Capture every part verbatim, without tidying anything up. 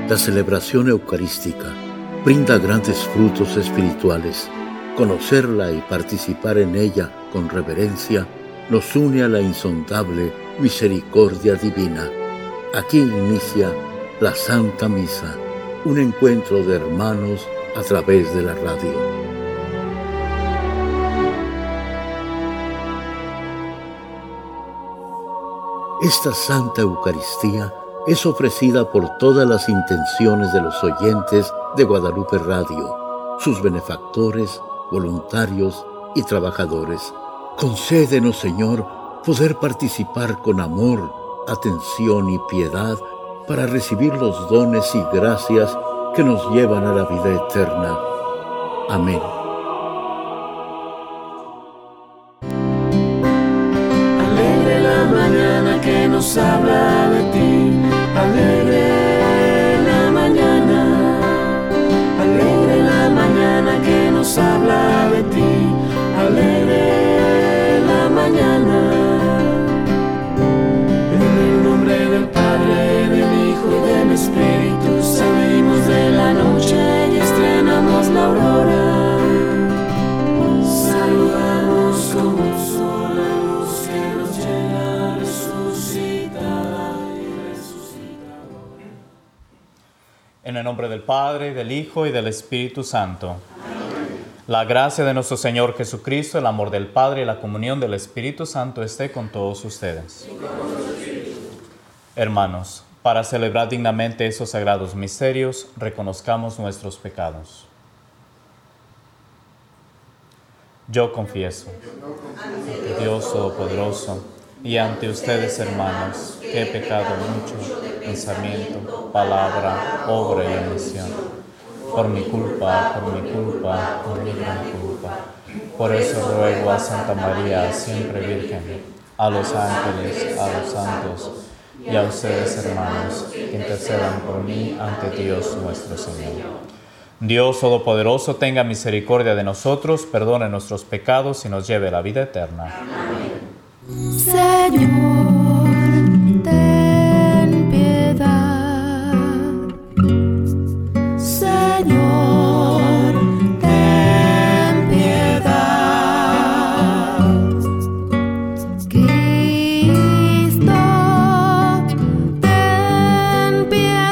La celebración eucarística brinda grandes frutos espirituales. Conocerla y participar en ella con reverencia nos une a la insondable misericordia divina. Aquí inicia la Santa Misa, un encuentro de hermanos a través de la radio. Esta Santa Eucaristía es ofrecida por todas las intenciones de los oyentes de Guadalupe Radio, sus benefactores, voluntarios y trabajadores. Concédenos, Señor, poder participar con amor, atención y piedad para recibir los dones y gracias que nos llevan a la vida eterna. Amén. Alegre la mañana que nos habla de ti, alegre la mañana, alegre la mañana que nos habla de ti, alegre la mañana. En el nombre del Padre, del Hijo y del Espíritu, salimos de la noche y estrenamos la aurora. Saludamos con gozo la luz que nos llega resucitada y resucitada. En el nombre del Padre, del Hijo y del Espíritu Santo. La gracia de nuestro Señor Jesucristo, el amor del Padre y la comunión del Espíritu Santo esté con todos ustedes. Hermanos, para celebrar dignamente esos sagrados misterios, reconozcamos nuestros pecados. Yo confieso ante Dios Todopoderoso y ante ustedes, hermanos, que he pecado mucho en pensamiento, palabra, obra y omisión. Por mi culpa, por mi culpa, por mi gran culpa. Por eso ruego a Santa María, siempre Virgen, a los ángeles, a los santos y a ustedes, hermanos, que intercedan por mí ante Dios nuestro Señor. Dios Todopoderoso tenga misericordia de nosotros, perdone nuestros pecados y nos lleve a la vida eterna. Amén. Señor, ten piedad. Señor, ten piedad. Cristo, ten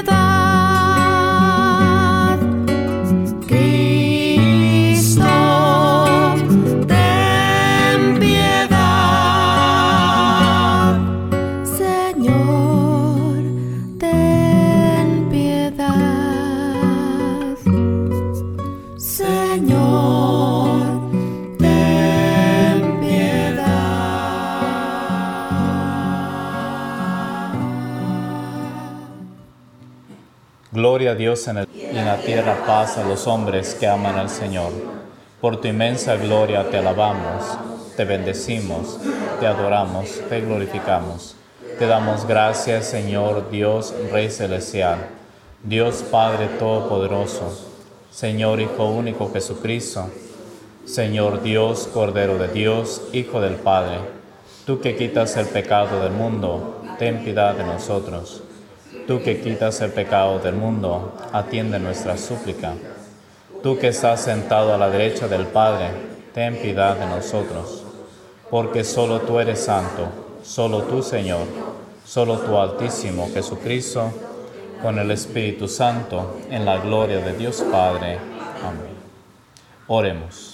piedad. Cristo, ten piedad. Señor, ten piedad. Señor, ten piedad. Gloria a Dios en, el, y en la tierra paz a los hombres que aman al Señor. Por tu inmensa gloria te alabamos, te bendecimos, te adoramos, te glorificamos. Te damos gracias, Señor Dios, Rey Celestial, Dios Padre Todopoderoso, Señor Hijo único Jesucristo, Señor Dios, Cordero de Dios, Hijo del Padre. Tú que quitas el pecado del mundo, ten piedad de nosotros. Tú que quitas el pecado del mundo, atiende nuestra súplica. Tú que estás sentado a la derecha del Padre, ten piedad de nosotros. Porque solo tú eres santo, solo tú, Señor, solo tú, Altísimo Jesucristo, con el Espíritu Santo, en la gloria de Dios Padre. Amén. Oremos.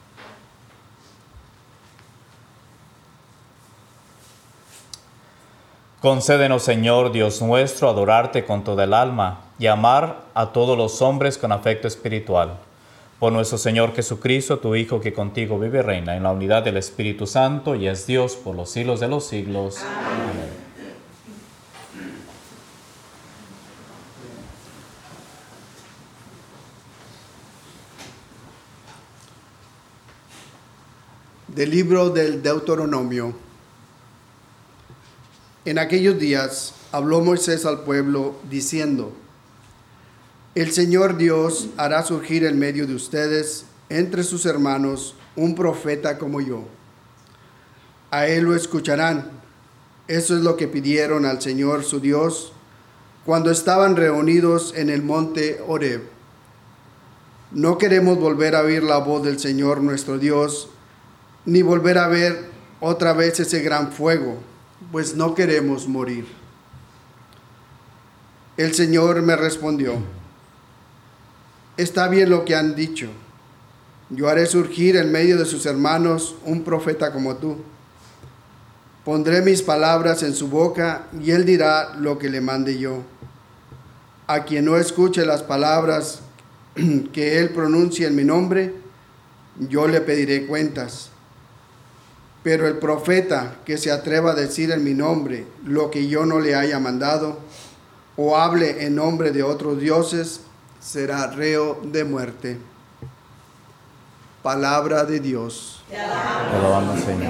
Concédenos, Señor Dios nuestro, adorarte con toda el alma y amar a todos los hombres con afecto espiritual. Por nuestro Señor Jesucristo, tu Hijo, que contigo vive y reina en la unidad del Espíritu Santo y es Dios por los siglos de los siglos. Amén. Del libro del Deuteronomio. En aquellos días habló Moisés al pueblo diciendo: El Señor Dios hará surgir en medio de ustedes, entre sus hermanos, un profeta como yo. A él lo escucharán. Eso es lo que pidieron al Señor su Dios cuando estaban reunidos en el monte Horeb. No queremos volver a oír la voz del Señor nuestro Dios, ni volver a ver otra vez ese gran fuego, pues no queremos morir. El Señor me respondió: está bien lo que han dicho. Yo haré surgir en medio de sus hermanos un profeta como tú. Pondré mis palabras en su boca y él dirá lo que le mande yo. A quien no escuche las palabras que él pronuncie en mi nombre, yo le pediré cuentas. Pero el profeta que se atreva a decir en mi nombre lo que yo no le haya mandado, o hable en nombre de otros dioses, será reo de muerte. Palabra de Dios. Te alabamos, Señor.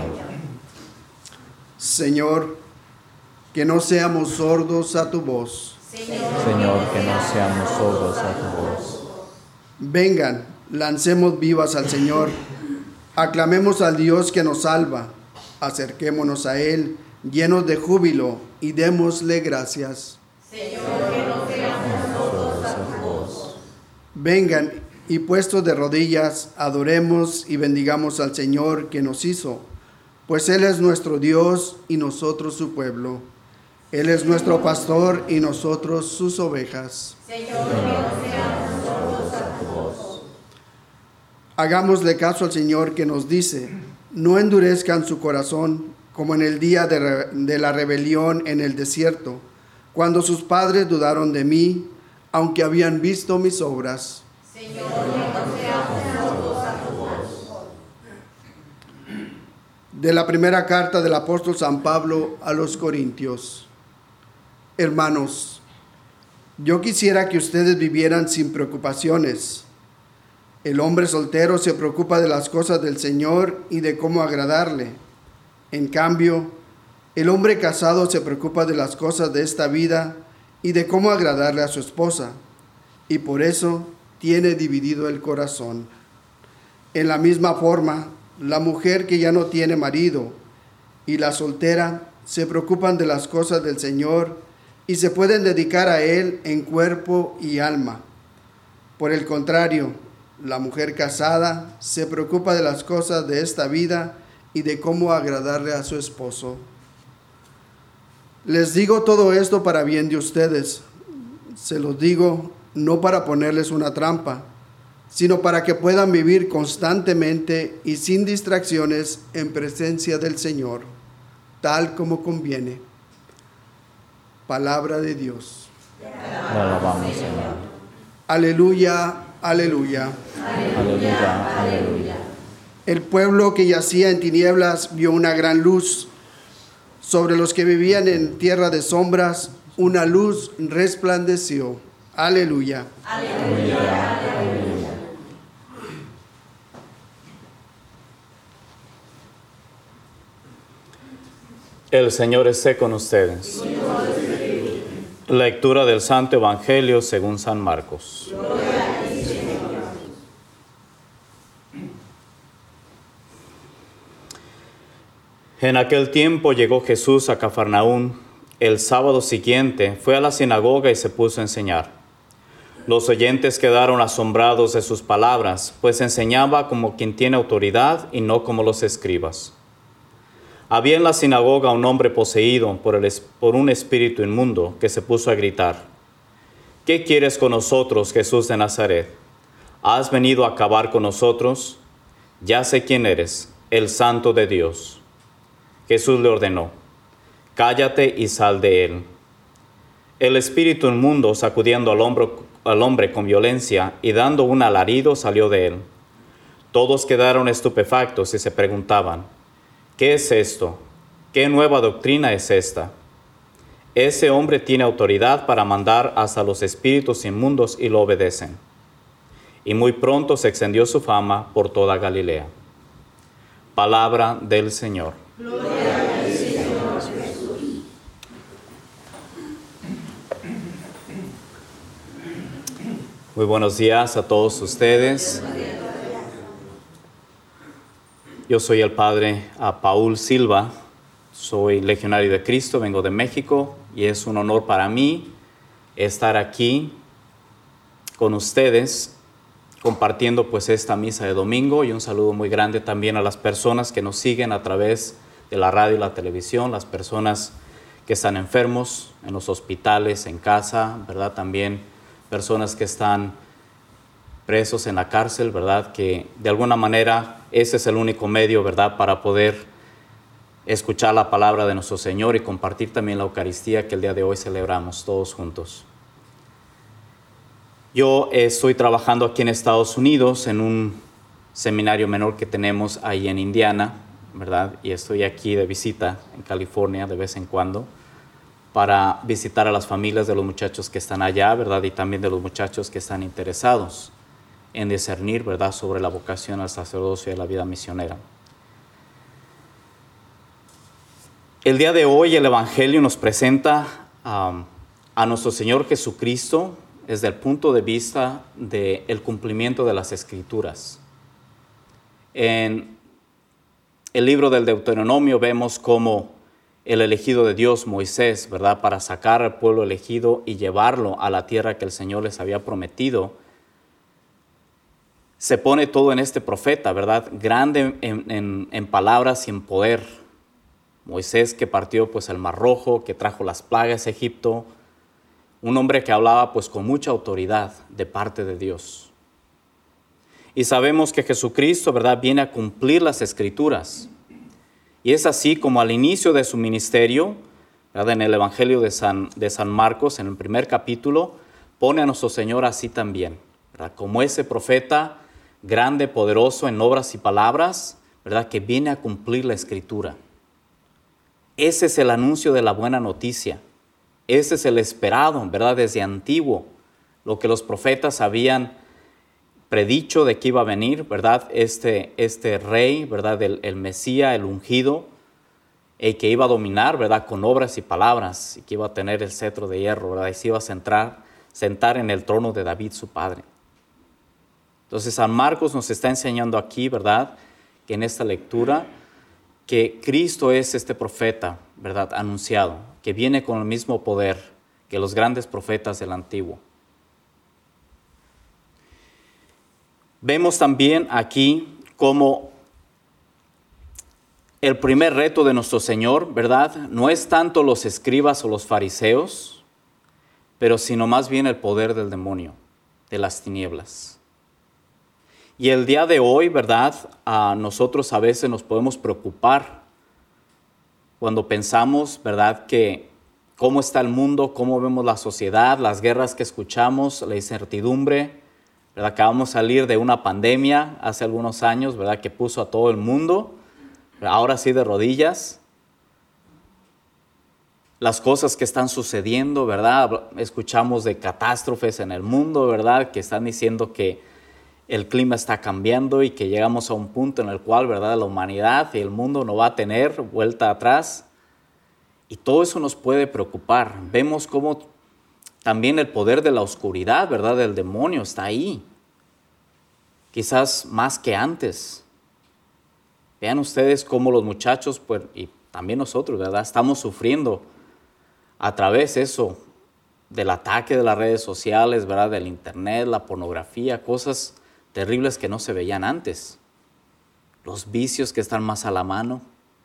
Señor, que no seamos sordos a tu voz. Señor, que no seamos sordos a tu voz. Vengan, lancemos vivas al Señor. Aclamemos al Dios que nos salva. Acerquémonos a Él, llenos de júbilo, y démosle gracias. Señor, que no seamos sordos a tu voz. Vengan, y puestos de rodillas, adoremos y bendigamos al Señor que nos hizo, pues Él es nuestro Dios y nosotros su pueblo. Él es nuestro pastor y nosotros sus ovejas. Señor, que no seamos sordos a tu voz. Hagámosle caso al Señor que nos dice: no endurezcan su corazón como en el día de, re- de la rebelión en el desierto, cuando sus padres dudaron de mí, aunque habían visto mis obras. Señor, que no seamos sordos a tu voz. De la primera carta del apóstol San Pablo a los Corintios. Hermanos, yo quisiera que ustedes vivieran sin preocupaciones. El hombre soltero se preocupa de las cosas del Señor y de cómo agradarle. En cambio, el hombre casado se preocupa de las cosas de esta vida y de cómo agradarle a su esposa, y por eso tiene dividido el corazón. En la misma forma, la mujer que ya no tiene marido y la soltera se preocupan de las cosas del Señor y se pueden dedicar a Él en cuerpo y alma. Por el contrario, la mujer casada se preocupa de las cosas de esta vida y de cómo agradarle a su esposo. Les digo todo esto para bien de ustedes. Se los digo no para ponerles una trampa, sino para que puedan vivir constantemente y sin distracciones en presencia del Señor, tal como conviene. Palabra de Dios. Te alabamos, Señor. Aleluya, aleluya. Aleluya, aleluya. El pueblo que yacía en tinieblas vio una gran luz. Sobre los que vivían en tierra de sombras, una luz resplandeció. Aleluya. Aleluya, aleluya. El Señor esté con ustedes. Lectura del Santo Evangelio según San Marcos. En aquel tiempo llegó Jesús a Cafarnaún. El sábado siguiente fue a la sinagoga y se puso a enseñar. Los oyentes quedaron asombrados de sus palabras, pues enseñaba como quien tiene autoridad y no como los escribas. Había en la sinagoga un hombre poseído por, el, por un espíritu inmundo que se puso a gritar: ¿Qué quieres con nosotros, Jesús de Nazaret? ¿Has venido a acabar con nosotros? Ya sé quién eres, el Santo de Dios. Jesús le ordenó: cállate y sal de él. El espíritu inmundo, sacudiendo al hombre, al hombre con violencia y dando un alarido, salió de él. Todos quedaron estupefactos y se preguntaban: ¿qué es esto? ¿Qué nueva doctrina es esta? Ese hombre tiene autoridad para mandar hasta los espíritus inmundos y lo obedecen. Y muy pronto se extendió su fama por toda Galilea. Palabra del Señor. Gloria a ti, Señor Jesús. Muy buenos días a todos ustedes. Yo soy el padre a Paul Silva, soy legionario de Cristo, vengo de México y es un honor para mí estar aquí con ustedes compartiendo pues esta misa de domingo, y un saludo muy grande también a las personas que nos siguen a través de la radio y la televisión, las personas que están enfermos en los hospitales, en casa, ¿verdad? También personas que están presos en la cárcel, ¿verdad? Que de alguna manera ese es el único medio, ¿verdad?, para poder escuchar la palabra de nuestro Señor y compartir también la Eucaristía que el día de hoy celebramos todos juntos. Yo estoy trabajando aquí en Estados Unidos en un seminario menor que tenemos ahí en Indiana, ¿verdad? Y estoy aquí de visita en California de vez en cuando para visitar a las familias de los muchachos que están allá, ¿verdad? Y también de los muchachos que están interesados en discernir, ¿verdad?, sobre la vocación al sacerdocio y a la vida misionera. El día de hoy el Evangelio nos presenta um, a nuestro Señor Jesucristo desde el punto de vista del cumplimiento de las Escrituras. En el libro del Deuteronomio vemos cómo el elegido de Dios, Moisés, ¿verdad?, para sacar al pueblo elegido y llevarlo a la tierra que el Señor les había prometido, se pone todo en este profeta, ¿verdad?, grande en, en, en palabras y en poder. Moisés, que partió pues el Mar Rojo, que trajo las plagas a Egipto, un hombre que hablaba pues con mucha autoridad de parte de Dios. Y sabemos que Jesucristo, ¿verdad?, viene a cumplir las Escrituras. Y es así como al inicio de su ministerio, ¿verdad?, en el Evangelio de San, de San Marcos, en el primer capítulo, pone a nuestro Señor así también, ¿verdad?, como ese profeta grande, poderoso en obras y palabras, ¿verdad?, que viene a cumplir la Escritura. Ese es el anuncio de la buena noticia. Ese es el esperado, ¿verdad?, desde antiguo, lo que los profetas habían predicho de que iba a venir, ¿verdad?, este, este rey, ¿verdad?, el, el Mesías, el ungido, el que iba a dominar, ¿verdad?, con obras y palabras, y que iba a tener el cetro de hierro, ¿verdad?, y se iba a sentar, sentar en el trono de David, su padre. Entonces, San Marcos nos está enseñando aquí, ¿verdad?, que en esta lectura, que Cristo es este profeta, ¿verdad?, anunciado, que viene con el mismo poder que los grandes profetas del Antiguo. Vemos también aquí cómo el primer reto de nuestro Señor, ¿verdad?, no es tanto los escribas o los fariseos, pero sino más bien el poder del demonio, de las tinieblas. Y el día de hoy, ¿verdad?, a nosotros a veces nos podemos preocupar cuando pensamos, ¿verdad?, que cómo está el mundo, cómo vemos la sociedad, las guerras que escuchamos, la incertidumbre, ¿verdad? Acabamos de salir de una pandemia hace algunos años, ¿verdad?, que puso a todo el mundo, ahora sí de rodillas. Las cosas que están sucediendo, ¿verdad? Escuchamos de catástrofes en el mundo, ¿verdad?, que están diciendo que el clima está cambiando y que llegamos a un punto en el cual, ¿verdad?, la humanidad y el mundo no va a tener vuelta atrás. Y todo eso nos puede preocupar. Vemos cómo también el poder de la oscuridad, ¿verdad?, del demonio está ahí. Quizás más que antes. Vean ustedes cómo los muchachos, pues, y también nosotros, ¿verdad?, estamos sufriendo a través de eso, del ataque de las redes sociales, ¿verdad?, del internet, la pornografía, cosas terribles que no se veían antes. Los vicios que están más a la mano.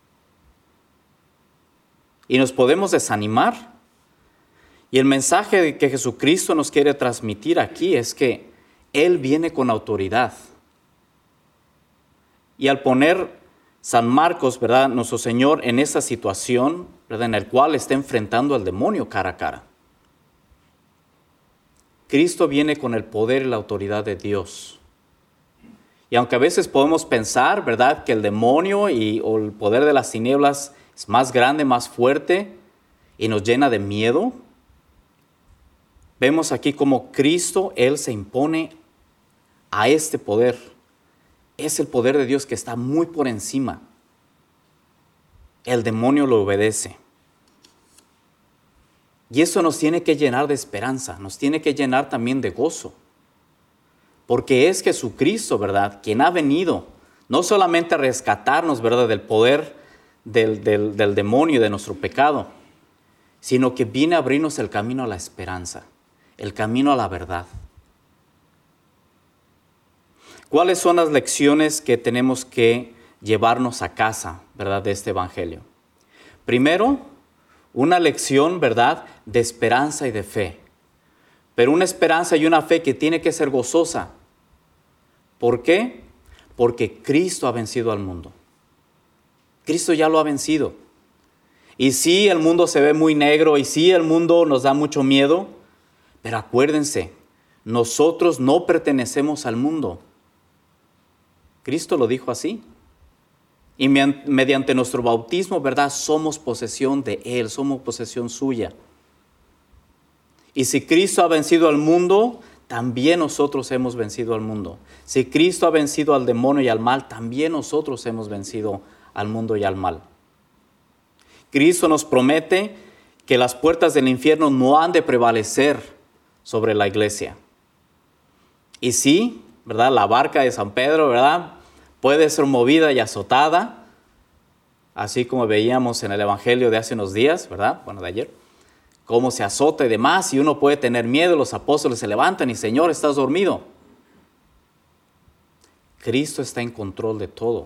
Y nos podemos desanimar. Y el mensaje que Jesucristo nos quiere transmitir aquí es que Él viene con autoridad. Y al poner San Marcos, ¿verdad?, nuestro Señor en esa situación, ¿verdad?, en el cual está enfrentando al demonio cara a cara. Cristo viene con el poder y la autoridad de Dios. Y aunque a veces podemos pensar, ¿verdad?, que el demonio y, o el poder de las tinieblas es más grande, más fuerte y nos llena de miedo, vemos aquí como Cristo, Él se impone a este poder. Es el poder de Dios que está muy por encima. El demonio lo obedece. Y eso nos tiene que llenar de esperanza, nos tiene que llenar también de gozo. Porque es Jesucristo, ¿verdad?, quien ha venido no solamente a rescatarnos, ¿verdad?, del poder del, del, del demonio y de nuestro pecado, sino que viene a abrirnos el camino a la esperanza. el camino a la verdad. ¿Cuáles son las lecciones que tenemos que llevarnos a casa, verdad, de este evangelio? Primero, una lección, verdad, de esperanza y de fe. Pero una esperanza y una fe que tiene que ser gozosa. ¿Por qué? Porque Cristo ha vencido al mundo. Cristo ya lo ha vencido. Y sí, el mundo se ve muy negro y sí, el mundo nos da mucho miedo, pero acuérdense, nosotros no pertenecemos al mundo. Cristo lo dijo así. Y mediante nuestro bautismo, ¿verdad? Somos posesión de Él, somos posesión suya. Y si Cristo ha vencido al mundo, también nosotros hemos vencido al mundo. Si Cristo ha vencido al demonio y al mal, también nosotros hemos vencido al mundo y al mal. Cristo nos promete que las puertas del infierno no han de prevalecer sobre la iglesia. Y sí, ¿verdad? La barca de San Pedro, ¿verdad? Puede ser movida y azotada, así como veíamos en el evangelio de hace unos días, ¿verdad? Bueno, de ayer. Cómo se azota y demás, y uno puede tener miedo, los apóstoles se levantan y Señor, ¿estás dormido? Cristo está en control de todo.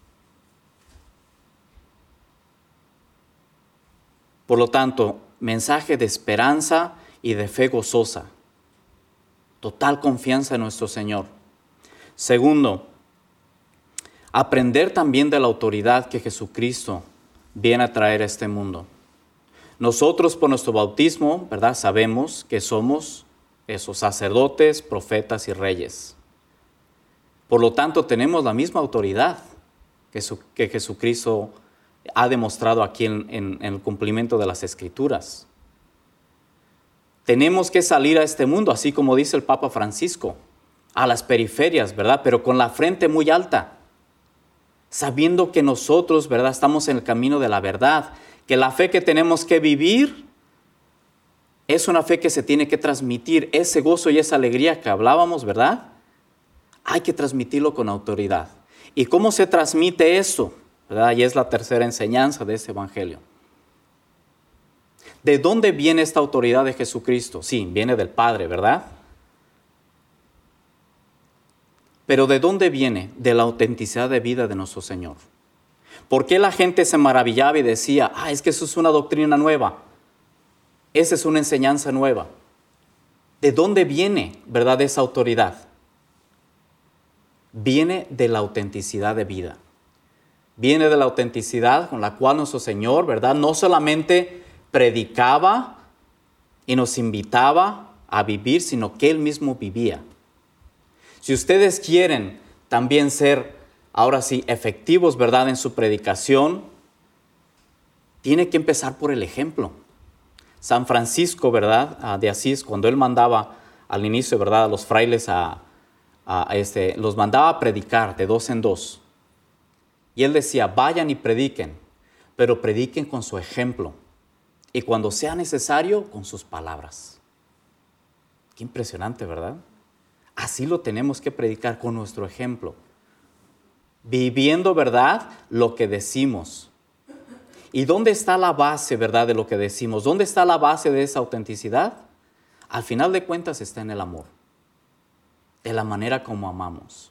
Por lo tanto, mensaje de esperanza y de fe gozosa. Total confianza en nuestro Señor. Segundo, aprender también de la autoridad que Jesucristo viene a traer a este mundo. Nosotros por nuestro bautismo, ¿verdad? Sabemos que somos esos sacerdotes, profetas y reyes. Por lo tanto, tenemos la misma autoridad que, su, que Jesucristo ha demostrado aquí en, en, en el cumplimiento de las Escrituras. Tenemos que salir a este mundo, así como dice el Papa Francisco, a las periferias, ¿verdad? Pero con la frente muy alta, sabiendo que nosotros, ¿verdad? Estamos en el camino de la verdad, que la fe que tenemos que vivir es una fe que se tiene que transmitir, ese gozo y esa alegría que hablábamos, ¿verdad? Hay que transmitirlo con autoridad. ¿Y cómo se transmite eso? ¿Verdad? Y es la tercera enseñanza de este evangelio. ¿De dónde viene esta autoridad de Jesucristo? Sí, viene del Padre, ¿verdad? Pero ¿de dónde viene? De la autenticidad de vida de nuestro Señor. ¿Por qué la gente se maravillaba y decía, ah, es que eso es una doctrina nueva? Esa es una enseñanza nueva. ¿De dónde viene, verdad, esa autoridad? Viene de la autenticidad de vida. Viene de la autenticidad con la cual nuestro Señor, ¿verdad? No solamente predicaba y nos invitaba a vivir, sino que Él mismo vivía. Si ustedes quieren también ser, ahora sí, efectivos, ¿verdad? En su predicación, tiene que empezar por el ejemplo. San Francisco, ¿verdad? De Asís, cuando él mandaba al inicio, ¿verdad? A los frailes a, a este, los mandaba a predicar de dos en dos. Y él decía, vayan y prediquen, pero prediquen con su ejemplo. Y cuando sea necesario, con sus palabras. Qué impresionante, ¿verdad? Así lo tenemos que predicar con nuestro ejemplo. Viviendo, ¿verdad? Lo que decimos. ¿Y dónde está la base, verdad, de lo que decimos? ¿Dónde está la base de esa autenticidad? Al final de cuentas está en el amor. De la manera como amamos.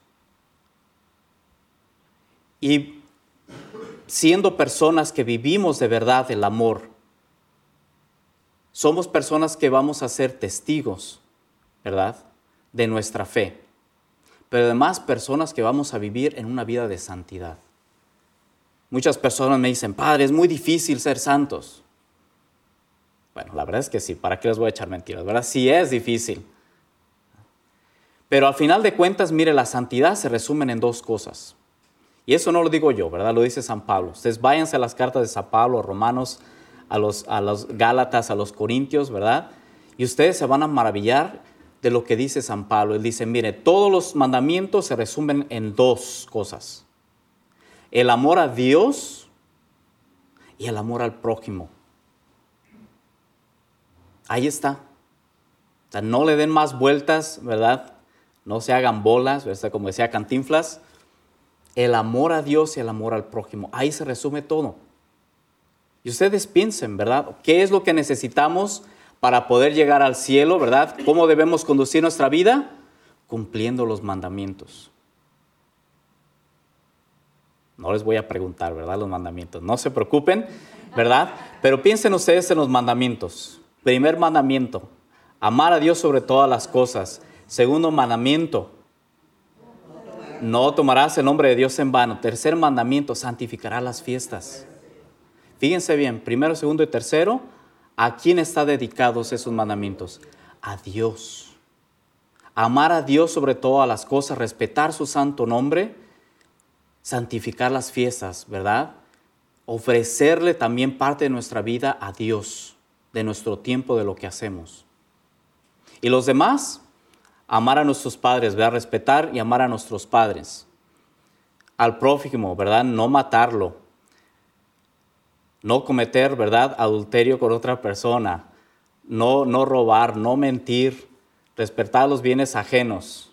Y siendo personas que vivimos de verdad el amor, somos personas que vamos a ser testigos, ¿verdad?, de nuestra fe. Pero además personas que vamos a vivir en una vida de santidad. Muchas personas me dicen, Padre, es muy difícil ser santos. Bueno, la verdad es que sí, ¿para qué les voy a echar mentiras? ¿Verdad? Sí es difícil. Pero al final de cuentas, mire, la santidad se resume en dos cosas. Y eso no lo digo yo, ¿verdad? Lo dice San Pablo. Ustedes váyanse a las cartas de San Pablo, a Romanos, a los, a los Gálatas, a los Corintios, ¿verdad? Y ustedes se van a maravillar de lo que dice San Pablo. Él dice, mire, todos los mandamientos se resumen en dos cosas. El amor a Dios y el amor al prójimo. Ahí está. O sea, no le den más vueltas, ¿verdad? No se hagan bolas, ¿verdad? Como decía Cantinflas. El amor a Dios y el amor al prójimo. Ahí se resume todo. Y ustedes piensen, ¿verdad? ¿Qué es lo que necesitamos para poder llegar al cielo, ¿verdad? ¿Cómo debemos conducir nuestra vida? Cumpliendo los mandamientos. No les voy a preguntar, ¿verdad? Los mandamientos. No se preocupen, ¿verdad? Pero piensen ustedes en los mandamientos. Primer mandamiento, amar a Dios sobre todas las cosas. Segundo mandamiento, no tomarás el nombre de Dios en vano. Tercer mandamiento, santificarás las fiestas. Fíjense bien, primero, segundo y tercero, ¿a quién están dedicados esos mandamientos? A Dios. Amar a Dios sobre todas las cosas, respetar su santo nombre, santificar las fiestas, ¿verdad? Ofrecerle también parte de nuestra vida a Dios, de nuestro tiempo, de lo que hacemos. Y los demás, amar a nuestros padres, ¿verdad? Respetar y amar a nuestros padres. Al prójimo, ¿verdad? No matarlo. No cometer, ¿verdad? Adulterio con otra persona. No, no robar, no mentir. Respetar los bienes ajenos.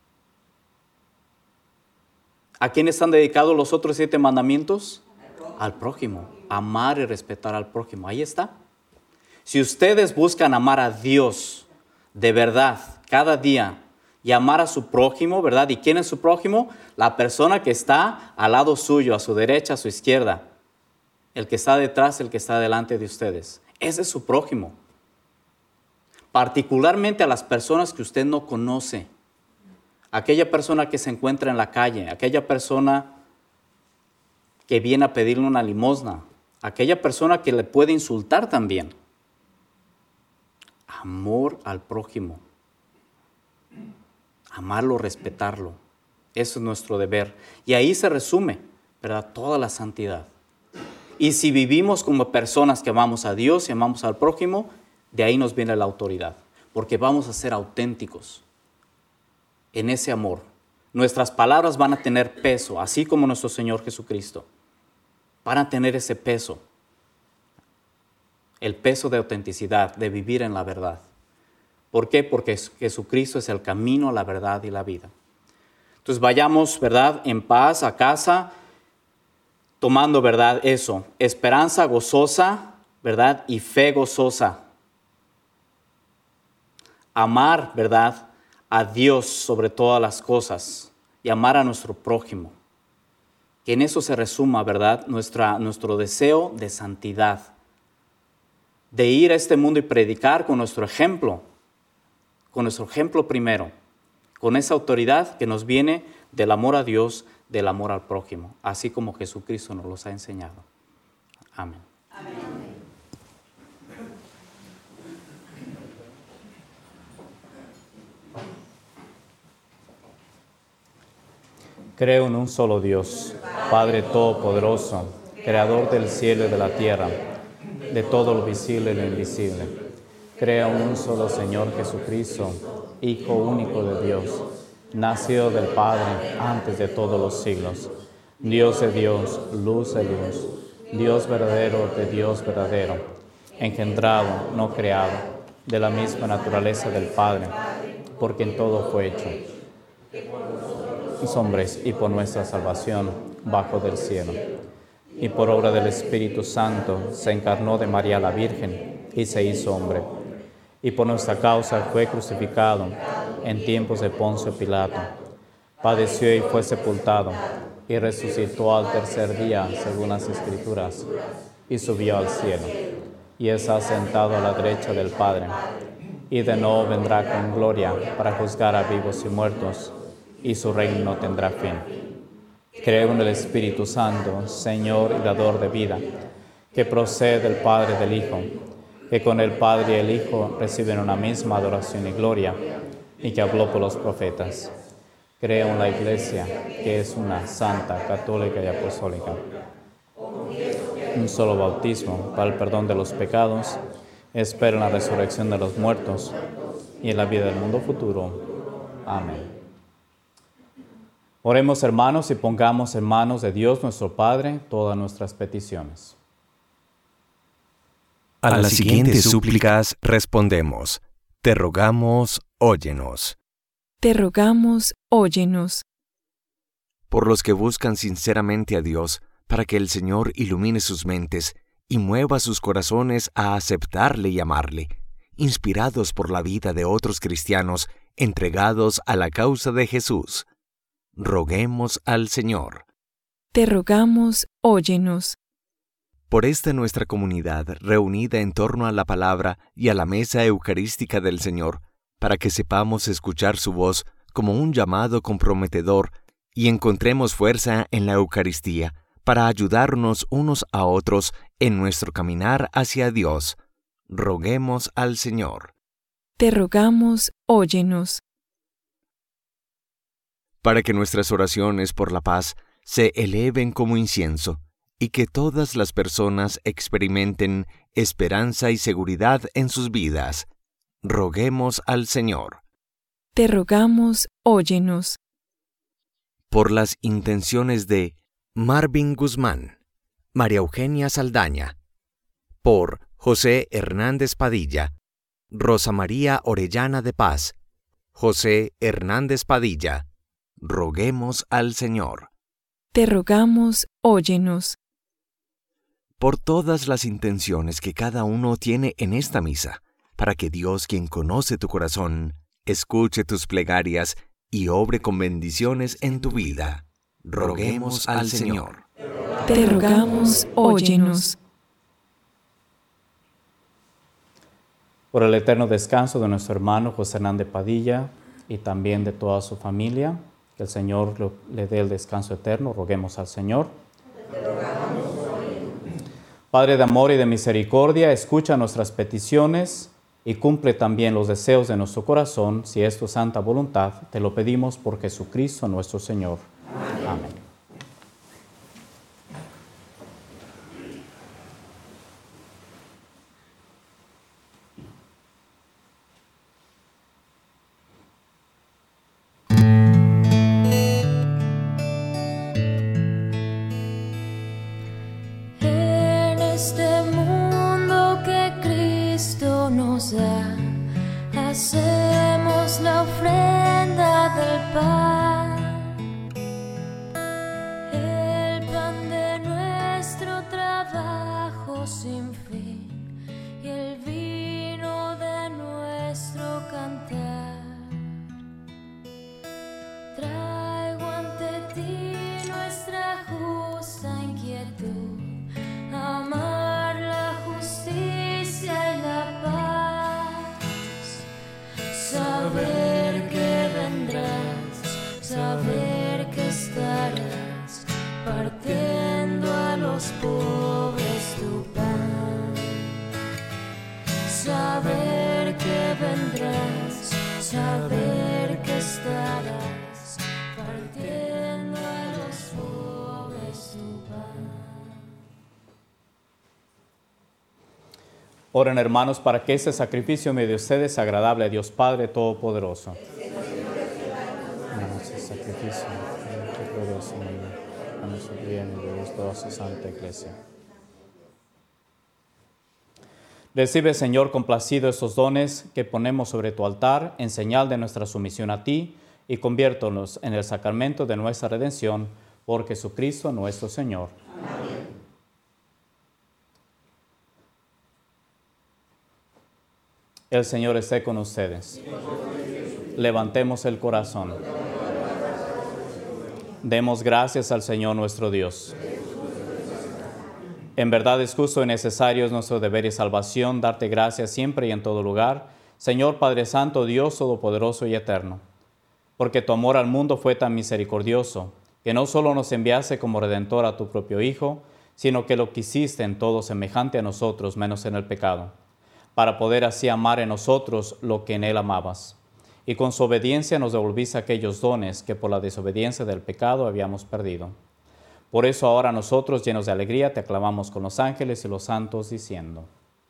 ¿A quién están dedicados los otros siete mandamientos? Al prójimo. Amar y respetar al prójimo. Ahí está. Si ustedes buscan amar a Dios de verdad, cada día, y amar a su prójimo, ¿verdad? ¿Y quién es su prójimo? La persona que está al lado suyo, a su derecha, a su izquierda. El que está detrás, el que está delante de ustedes. Ese es su prójimo. Particularmente a las personas que usted no conoce. Aquella persona que se encuentra en la calle, aquella persona que viene a pedirle una limosna, aquella persona que le puede insultar también. Amor al prójimo. Amarlo, respetarlo. Eso es nuestro deber. Y ahí se resume, ¿verdad? Toda la santidad. Y si vivimos como personas que amamos a Dios y amamos al prójimo, de ahí nos viene la autoridad. Porque vamos a ser auténticos en ese amor. Nuestras palabras van a tener peso, así como nuestro Señor Jesucristo. Van a tener ese peso. El peso de autenticidad, de vivir en la verdad. ¿Por qué? Porque Jesucristo es el camino, la verdad y la vida. Entonces vayamos, ¿verdad?, en paz a casa, tomando, ¿verdad?, eso, esperanza gozosa, ¿verdad?, y fe gozosa. Amar, ¿verdad?, a Dios sobre todas las cosas y amar a nuestro prójimo. Que en eso se resuma, ¿verdad?, Nuestra, nuestro deseo de santidad. De ir a este mundo y predicar con nuestro ejemplo, con nuestro ejemplo primero, con esa autoridad que nos viene del amor a Dios, del amor al prójimo, así como Jesucristo nos los ha enseñado. Amén. Amén. Creo en un solo Dios, Padre Todopoderoso, Creador del cielo y de la tierra, de todo lo visible y lo invisible. Creo en un solo Señor Jesucristo, Hijo único de Dios, nacido del Padre antes de todos los siglos, Dios de Dios, luz de luz, Dios verdadero de Dios verdadero, engendrado, no creado, de la misma naturaleza del Padre, por quien todo fue hecho. Los hombres y por nuestra salvación bajo del cielo. Y por obra del Espíritu Santo se encarnó de María la Virgen y se hizo hombre. Y por nuestra causa fue crucificado en tiempos de Poncio Pilato. Padeció y fue sepultado y resucitó al tercer día según las Escrituras y subió al cielo. Y está sentado a la derecha del Padre. Y de nuevo vendrá con gloria para juzgar a vivos y muertos, y su reino no tendrá fin. Creo en el Espíritu Santo, Señor y dador de vida, que procede del Padre y del Hijo, que con el Padre y el Hijo reciben una misma adoración y gloria, y que habló por los profetas. Creo en la Iglesia, que es una santa, católica y apostólica. Un solo bautismo para el perdón de los pecados. Espero en la resurrección de los muertos y en la vida del mundo futuro. Amén. Oremos, hermanos, y pongamos en manos de Dios nuestro Padre todas nuestras peticiones. A las siguientes súplicas respondemos: te rogamos, óyenos. Te rogamos, óyenos. Por los que buscan sinceramente a Dios, para que el Señor ilumine sus mentes y mueva sus corazones a aceptarle y amarle, inspirados por la vida de otros cristianos entregados a la causa de Jesús. Roguemos al Señor. Te rogamos, óyenos. Por esta nuestra comunidad reunida en torno a la palabra y a la mesa eucarística del Señor, para que sepamos escuchar su voz como un llamado comprometedor y encontremos fuerza en la Eucaristía para ayudarnos unos a otros en nuestro caminar hacia Dios. Roguemos al Señor. Te rogamos, óyenos. Para que nuestras oraciones por la paz se eleven como incienso y que todas las personas experimenten esperanza y seguridad en sus vidas. Roguemos al Señor. Te rogamos, óyenos. Por las intenciones de Marvin Guzmán, María Eugenia Saldaña, por José Hernández Padilla, Rosa María Orellana de Paz, José Hernández Padilla, roguemos al Señor. Te rogamos, óyenos. Por todas las intenciones que cada uno tiene en esta misa, para que Dios, quien conoce tu corazón, escuche tus plegarias y obre con bendiciones en tu vida. Roguemos al Señor. Te rogamos, óyenos. Por el eterno descanso de nuestro hermano José Hernández Padilla y también de toda su familia, que el Señor lo, le dé el descanso eterno, roguemos al Señor. Padre de amor y de misericordia, escucha nuestras peticiones y cumple también los deseos de nuestro corazón, si es tu santa voluntad, te lo pedimos por Jesucristo nuestro Señor. Amén. Amén. Hacemos la ofrenda del pan, el pan de nuestro trabajo sin fin y el vino de nuestro cantar. Traigo ante ti nuestra justa inquietud, amar la justicia y la paz. Saber que vendrás, saber que estarás partiendo a los pobres tu pan. Saber que vendrás, saber que estarás partiendo a los pobres tu pan. Oren, hermanos, para que este sacrificio medio de ustedes sea agradable a Dios Padre Todopoderoso. Ese sacrificio, que glorioso, a nuestro bien y de Dios toda su santa iglesia. Recibe, Señor, complacido estos dones que ponemos sobre tu altar en señal de nuestra sumisión a ti y conviértonos en el sacramento de nuestra redención por Jesucristo nuestro Señor. Amén. El Señor esté con ustedes. Levantemos el corazón. Demos gracias al Señor nuestro Dios. En verdad es justo y necesario, es nuestro deber y salvación, darte gracias siempre y en todo lugar, Señor Padre Santo, Dios Todopoderoso y Eterno. Porque tu amor al mundo fue tan misericordioso, que no solo nos enviaste como Redentor a tu propio Hijo, sino que lo quisiste en todo semejante a nosotros, menos en el pecado, para poder así amar en nosotros lo que en Él amabas. Y con su obediencia nos devolviste aquellos dones que por la desobediencia del pecado habíamos perdido. Por eso ahora nosotros, llenos de alegría, te aclamamos con los ángeles y los santos, diciendo: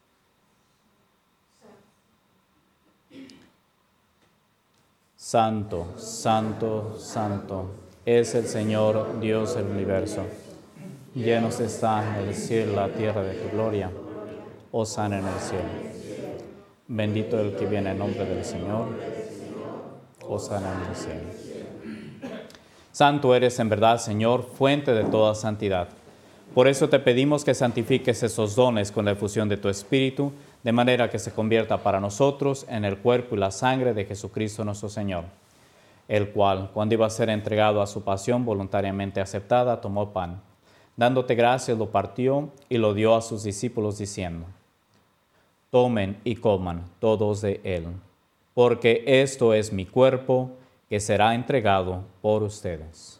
Santo, Santo, Santo, es el Señor Dios del universo. Llenos están el cielo y la tierra de tu gloria. Hosana en el cielo. Bendito el que viene en nombre del Señor. Hosana en el cielo. Santo eres en verdad, Señor, fuente de toda santidad. Por eso te pedimos que santifiques esos dones con la efusión de tu Espíritu, de manera que se convierta para nosotros en el cuerpo y la sangre de Jesucristo nuestro Señor, el cual, cuando iba a ser entregado a su pasión voluntariamente aceptada, tomó pan. Dándote gracias, lo partió y lo dio a sus discípulos, diciendo: tomen y coman todos de él, porque esto es mi cuerpo, que será entregado por ustedes.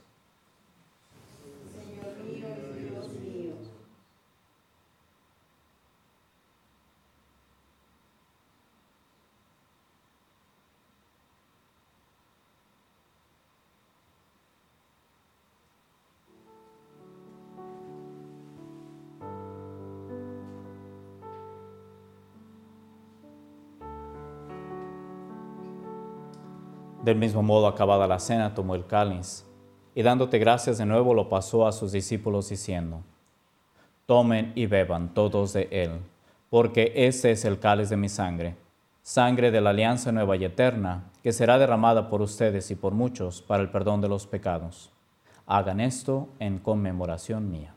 Del mismo modo, acabada la cena, tomó el cáliz, y dándote gracias de nuevo, lo pasó a sus discípulos, diciendo: tomen y beban todos de él, porque este es el cáliz de mi sangre, sangre de la alianza nueva y eterna, que será derramada por ustedes y por muchos para el perdón de los pecados. Hagan esto en conmemoración mía.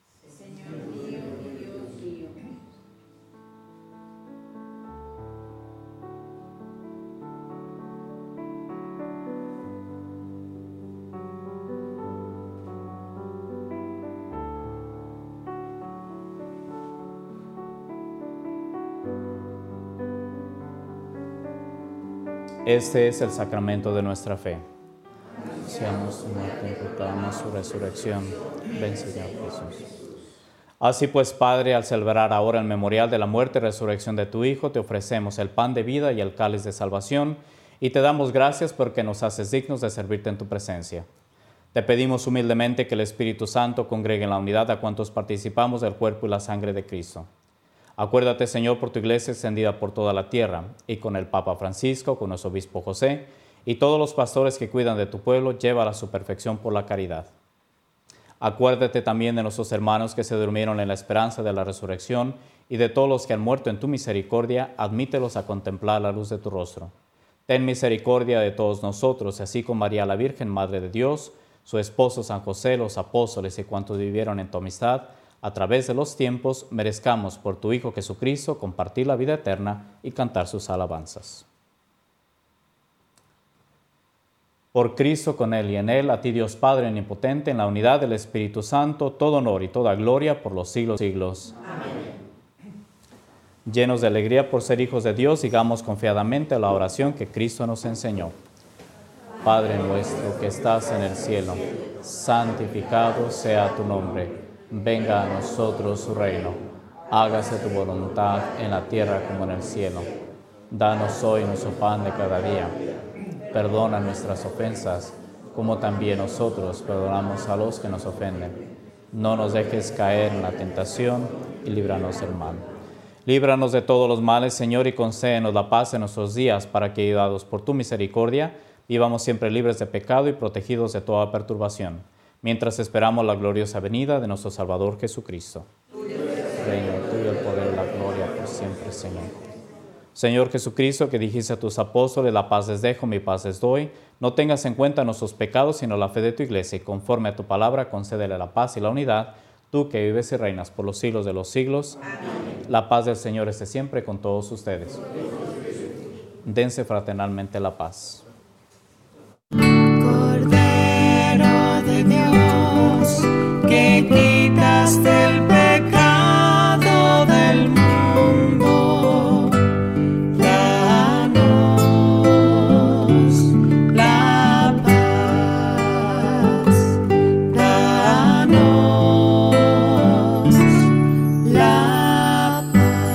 Este es el sacramento de nuestra fe. Anunciamos su muerte y proclamamos su resurrección. Ven, Señor Jesús. Así pues, Padre, al celebrar ahora el memorial de la muerte y resurrección de tu Hijo, te ofrecemos el pan de vida y el cáliz de salvación, y te damos gracias porque nos haces dignos de servirte en tu presencia. Te pedimos humildemente que el Espíritu Santo congregue en la unidad a cuantos participamos del cuerpo y la sangre de Cristo. Acuérdate, Señor, por tu iglesia extendida por toda la tierra, y con el Papa Francisco, con nuestro obispo José, y todos los pastores que cuidan de tu pueblo, llévala a su perfección por la caridad. Acuérdate también de nuestros hermanos que se durmieron en la esperanza de la resurrección, y de todos los que han muerto en tu misericordia, admítelos a contemplar la luz de tu rostro. Ten misericordia de todos nosotros, así como María la Virgen, Madre de Dios, su esposo San José, los apóstoles y cuantos vivieron en tu amistad, a través de los tiempos, merezcamos por tu Hijo Jesucristo compartir la vida eterna y cantar sus alabanzas. Por Cristo, con Él y en Él, a ti Dios Padre omnipotente, en la unidad del Espíritu Santo, todo honor y toda gloria por los siglos de los siglos. Amén. Llenos de alegría por ser hijos de Dios, sigamos confiadamente la oración que Cristo nos enseñó. Padre nuestro que estás en el cielo, santificado sea tu nombre. Venga a nosotros su reino. Hágase tu voluntad en la tierra como en el cielo. Danos hoy nuestro pan de cada día. Perdona nuestras ofensas, como también nosotros perdonamos a los que nos ofenden. No nos dejes caer en la tentación y líbranos del mal. Líbranos de todos los males, Señor, y concédenos la paz en nuestros días, para que, ayudados por tu misericordia, vivamos siempre libres de pecado y protegidos de toda perturbación, mientras esperamos la gloriosa venida de nuestro Salvador Jesucristo. Reino tuyo el poder y la gloria por siempre, Señor. Señor Jesucristo, que dijiste a tus apóstoles: la paz les dejo, mi paz les doy, no tengas en cuenta nuestros pecados, sino la fe de tu iglesia, y conforme a tu palabra, concédele la paz y la unidad, tú que vives y reinas por los siglos de los siglos. Amén. La paz del Señor esté siempre con todos ustedes. Dense fraternalmente la paz. De Dios, que quitaste el pecado del mundo, danos la paz, danos la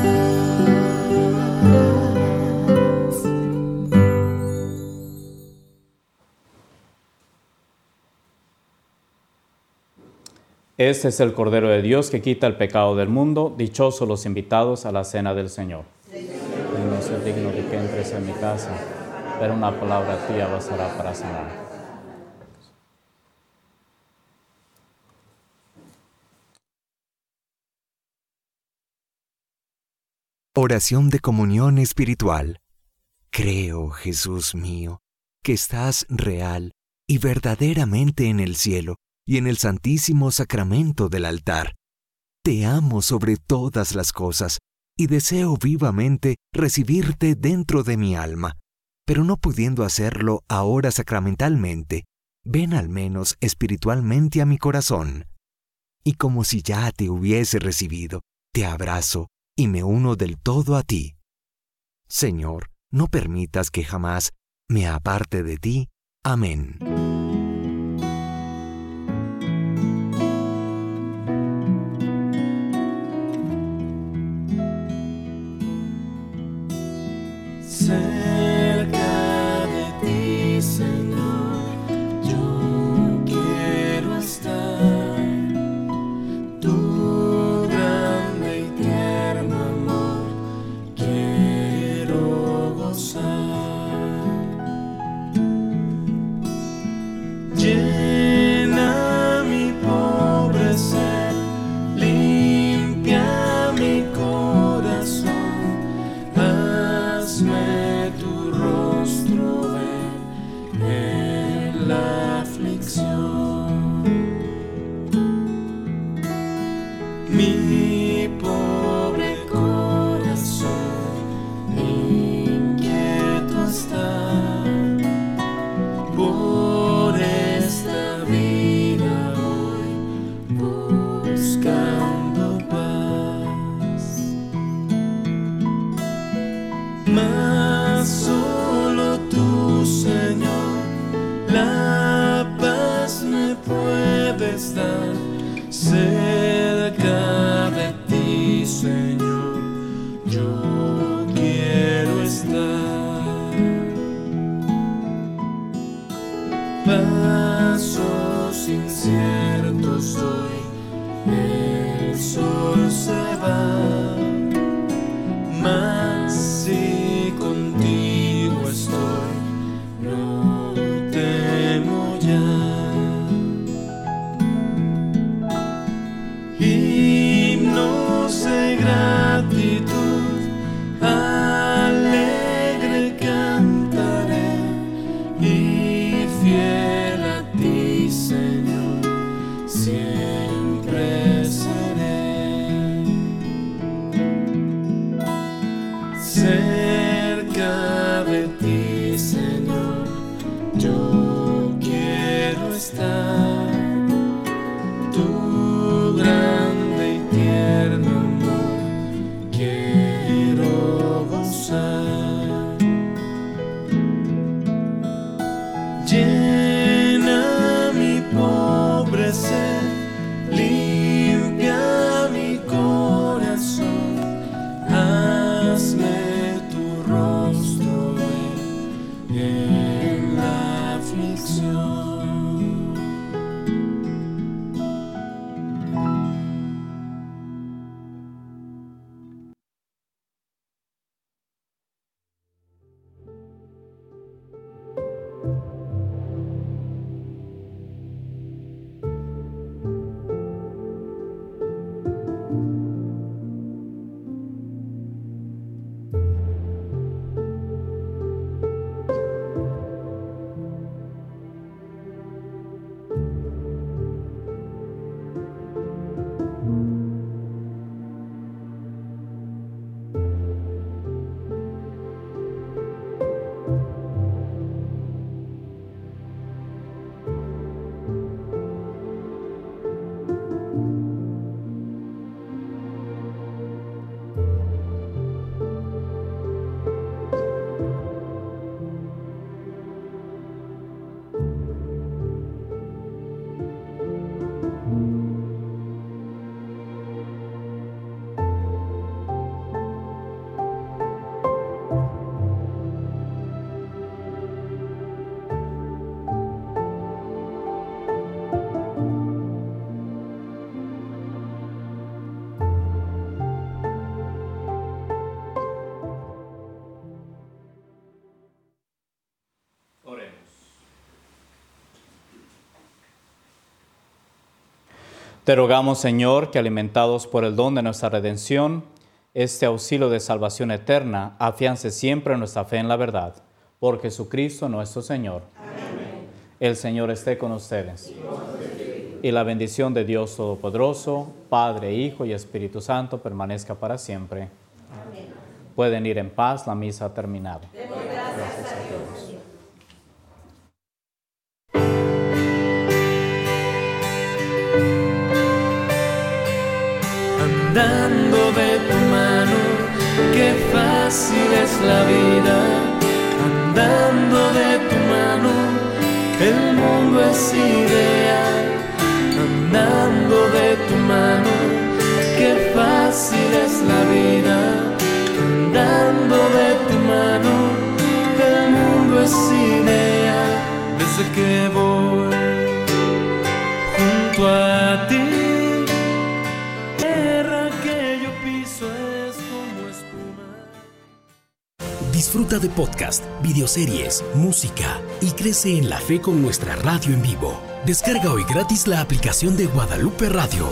paz. Este es el Cordero de Dios que quita el pecado del mundo. Dichosos los invitados a la cena del Señor. No soy digno de que entres en mi casa, pero una palabra tuya bastará para sanar. Oración de comunión espiritual. Creo, Jesús mío, que estás real y verdaderamente en el cielo y en el santísimo sacramento del altar. Te amo sobre todas las cosas y deseo vivamente recibirte dentro de mi alma, pero no pudiendo hacerlo ahora sacramentalmente, ven al menos espiritualmente a mi corazón. Y como si ya te hubiese recibido, te abrazo y me uno del todo a ti. Señor, no permitas que jamás me aparte de ti. Amén. Cerca de ti, Señor, yo quiero estar. Tu grande y tierno amor quiero gozar. Llena mi pobre ser, limpia mi corazón. Hazme tu rostro ver en la aflicción. Mi pobre corazón inquieto está por esta vida hoy, buscando paz. Mas solo tú, Señor, la paz me puedes dar. Cerca de ti, Señor, yo quiero estar. Pasos inciertos hoy, el sol se va, mas si contigo estoy, no temo ya. Himnos de gratitud, alegre cantaré, y fiel a ti, Señor, siempre seré. Cerca de ti, Señor, yo quiero estar. Tu grande y tierno amor quiero gozar. Llena mi pobre ser, limpia mi corazón. Hazme tu rostro ver en la aflicción. Te rogamos, Señor, que alimentados por el don de nuestra redención, este auxilio de salvación eterna afiance siempre nuestra fe en la verdad. Por Jesucristo nuestro Señor. Amén. El Señor esté con ustedes. Y la bendición de Dios Todopoderoso, Padre, Hijo y Espíritu Santo permanezca para siempre. Pueden ir en paz, la misa ha terminado. Gracias a Dios. Andando de tu mano, qué fácil es la vida. Andando de tu mano, el mundo es ideal. Andando de tu mano, qué fácil es la vida. Andando de tu mano, el mundo es ideal. Desde que voy junto a ti, tierra que yo piso es como espuma. Disfruta de podcast, videoseries, música y crece en la fe con nuestra radio en vivo. Descarga hoy gratis la aplicación de Guadalupe Radio.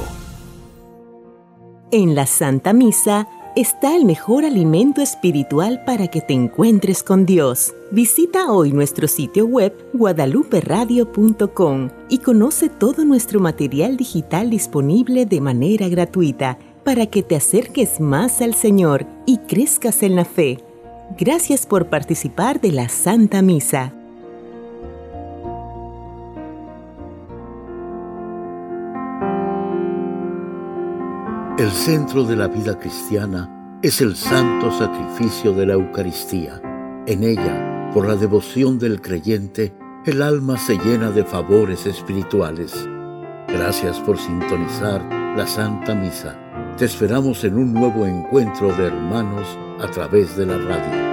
En la Santa Misa está el mejor alimento espiritual para que te encuentres con Dios. Visita hoy nuestro sitio web guadalupe radio punto com y conoce todo nuestro material digital disponible de manera gratuita para que te acerques más al Señor y crezcas en la fe. Gracias por participar de la Santa Misa. El centro de la vida cristiana es el santo sacrificio de la Eucaristía. En ella, por la devoción del creyente, el alma se llena de favores espirituales. Gracias por sintonizar la Santa Misa. Te esperamos en un nuevo encuentro de hermanos a través de la radio.